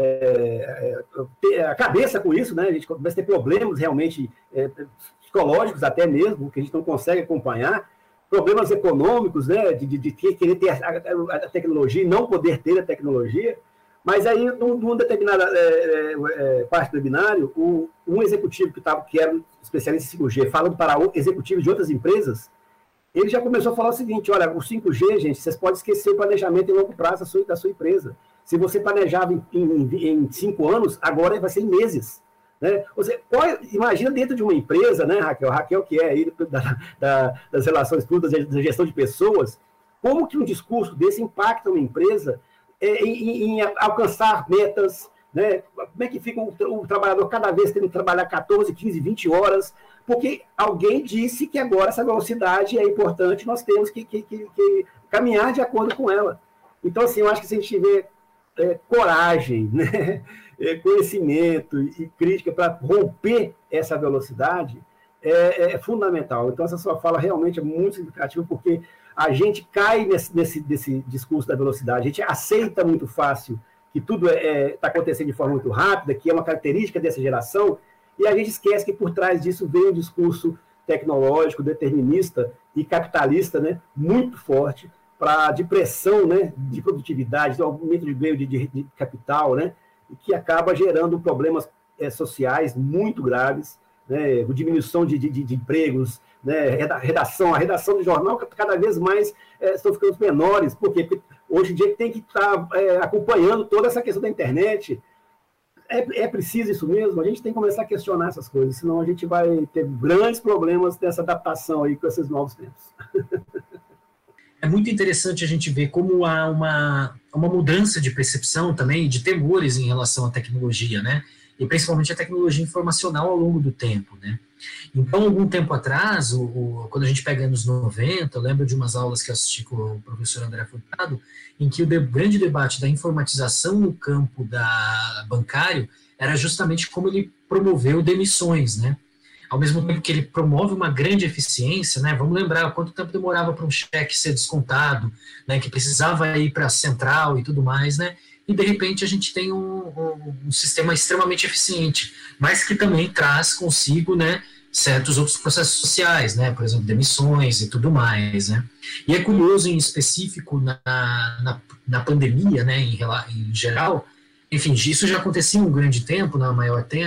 a cabeça com isso, né? A gente começa a ter problemas realmente psicológicos até mesmo, que a gente não consegue acompanhar, problemas econômicos, né? De querer ter a tecnologia e não poder ter a tecnologia. Mas aí, numa determinada parte do webinário, um executivo que era especialista em 5G, falando para executivos de outras empresas, ele já começou a falar o seguinte: olha, o 5G, gente, vocês podem esquecer o planejamento em longo prazo da sua empresa. Se você planejava em 5 anos, agora vai ser em meses. Né? Você imagina dentro de uma empresa, né, Raquel que é aí das relações públicas, da gestão de pessoas, como que um discurso desse impacta uma empresa em alcançar metas, né? Como é que fica o trabalhador cada vez tendo que trabalhar 14, 15, 20 horas, porque alguém disse que agora essa velocidade é importante, nós temos que caminhar de acordo com ela. Então, assim, eu acho que se a gente tiver coragem, né? Conhecimento e crítica para romper essa velocidade, é fundamental. Então, essa sua fala realmente é muito significativa, porque a gente cai nesse discurso da velocidade, a gente aceita muito fácil que tudo está acontecendo de forma muito rápida, que é uma característica dessa geração, e a gente esquece que por trás disso vem um discurso tecnológico, determinista e capitalista, né, muito forte, de pressão, né, de produtividade, de aumento de ganho de capital, né, que acaba gerando problemas sociais muito graves, né, diminuição de empregos, né, a redação de jornal cada vez mais estão ficando menores. Por quê? Porque hoje em dia tem que estar acompanhando toda essa questão da internet. É preciso isso mesmo? A gente tem que começar a questionar essas coisas, senão a gente vai ter grandes problemas dessa adaptação aí com esses novos tempos. É muito interessante a gente ver como há uma mudança de percepção também, de temores em relação à tecnologia, né? E principalmente a tecnologia informacional ao longo do tempo, né? Então, algum tempo atrás, quando a gente pega anos 90, eu lembro de umas aulas que eu assisti com o professor André Furtado, em que o grande debate da informatização no campo bancário era justamente como ele promoveu demissões, né? Ao mesmo tempo que ele promove uma grande eficiência, né? Vamos lembrar quanto tempo demorava para um cheque ser descontado, né? Que precisava ir para a central e tudo mais, né? E, de repente, a gente tem um sistema extremamente eficiente, mas que também traz consigo, né, certos outros processos sociais, né, por exemplo, demissões e tudo mais, né. E é curioso, em específico, na pandemia, né, em geral, enfim, isso já acontecia um grande tempo, há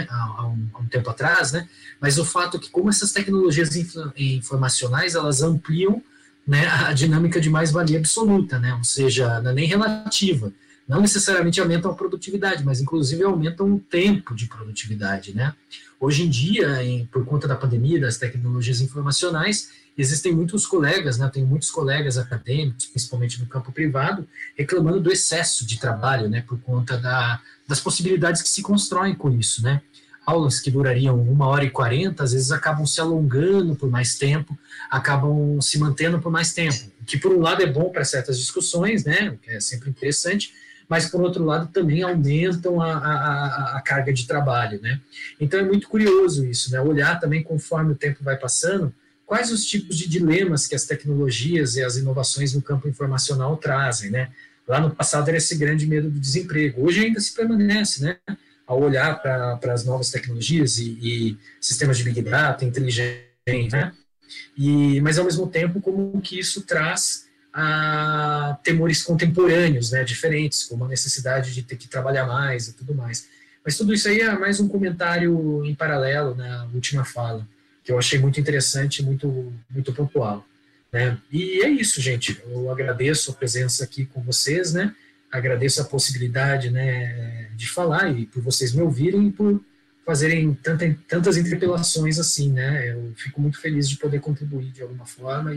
um tempo atrás, né, mas o fato é que, como essas tecnologias informacionais, elas ampliam, né, a dinâmica de mais-valia absoluta, né, ou seja, não é nem relativa. Não necessariamente aumentam a produtividade, mas inclusive aumentam o tempo de produtividade, né? Hoje em dia, por conta da pandemia, das tecnologias informacionais, existem muitos colegas, né? Eu tenho muitos colegas acadêmicos, principalmente no campo privado, reclamando do excesso de trabalho, né? Por conta das possibilidades que se constroem com isso, né? Aulas que durariam 1h40, às vezes acabam se alongando por mais tempo, acabam se mantendo por mais tempo, o que por um lado é bom para certas discussões, né? Que é sempre interessante, mas, por outro lado, também aumentam a carga de trabalho, né? Então, é muito curioso isso, né? Olhar também, conforme o tempo vai passando, quais os tipos de dilemas que as tecnologias e as inovações no campo informacional trazem, né? Lá no passado era esse grande medo do desemprego, hoje ainda se permanece, né? Ao olhar para as novas tecnologias e sistemas de Big Data, inteligência, né? Mas, ao mesmo tempo, como que isso traz a temores contemporâneos, né, diferentes, como a necessidade de ter que trabalhar mais e tudo mais. Mas tudo isso aí é mais um comentário em paralelo na última fala, que eu achei muito interessante, muito, muito pontual, né? E é isso, gente. Eu agradeço a presença aqui com vocês, né? Agradeço a possibilidade, né, de falar e por vocês me ouvirem e por fazerem tantas interpelações assim, né? Eu fico muito feliz de poder contribuir de alguma forma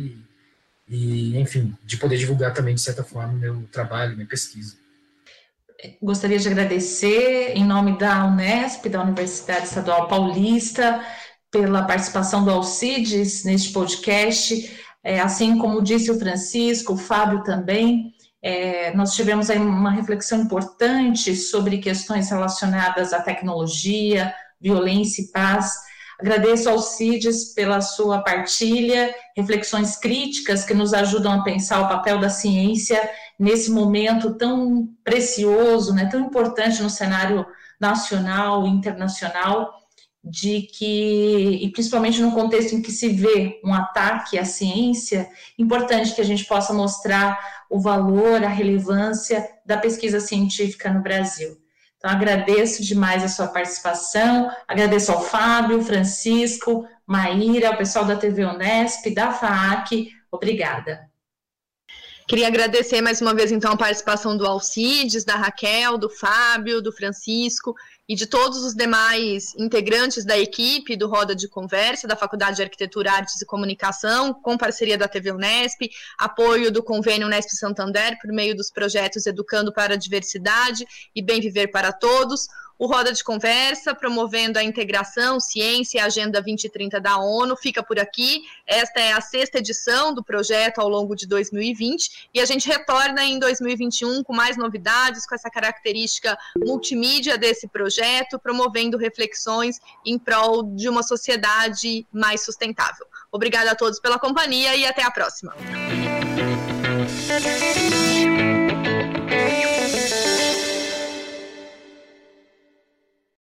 e, enfim, de poder divulgar também, de certa forma, o meu trabalho, minha pesquisa. Gostaria de agradecer, em nome da Unesp, da Universidade Estadual Paulista, pela participação do Alcides neste podcast, assim como disse o Francisco, o Fábio também, nós tivemos aí uma reflexão importante sobre questões relacionadas à tecnologia, violência e paz. Agradeço ao Alcides pela sua partilha, reflexões críticas que nos ajudam a pensar o papel da ciência nesse momento tão precioso, né, tão importante no cenário nacional e internacional, e principalmente no contexto em que se vê um ataque à ciência, importante que a gente possa mostrar o valor, a relevância da pesquisa científica no Brasil. Então, agradeço demais a sua participação, agradeço ao Fábio, Francisco, Maíra, ao pessoal da TV Unesp, da FAAC, obrigada. Queria agradecer mais uma vez, então, a participação do Alcides, da Raquel, do Fábio, do Francisco e de todos os demais integrantes da equipe do Roda de Conversa, da Faculdade de Arquitetura, Artes e Comunicação, com parceria da TV Unesp, apoio do Convênio Unesp Santander, por meio dos projetos Educando para a Diversidade e Bem Viver para Todos, o Roda de Conversa, promovendo a integração, ciência e a Agenda 2030 da ONU, fica por aqui. Esta é a 6ª edição do projeto ao longo de 2020 e a gente retorna em 2021 com mais novidades, com essa característica multimídia desse projeto, promovendo reflexões em prol de uma sociedade mais sustentável. Obrigada a todos pela companhia e até a próxima.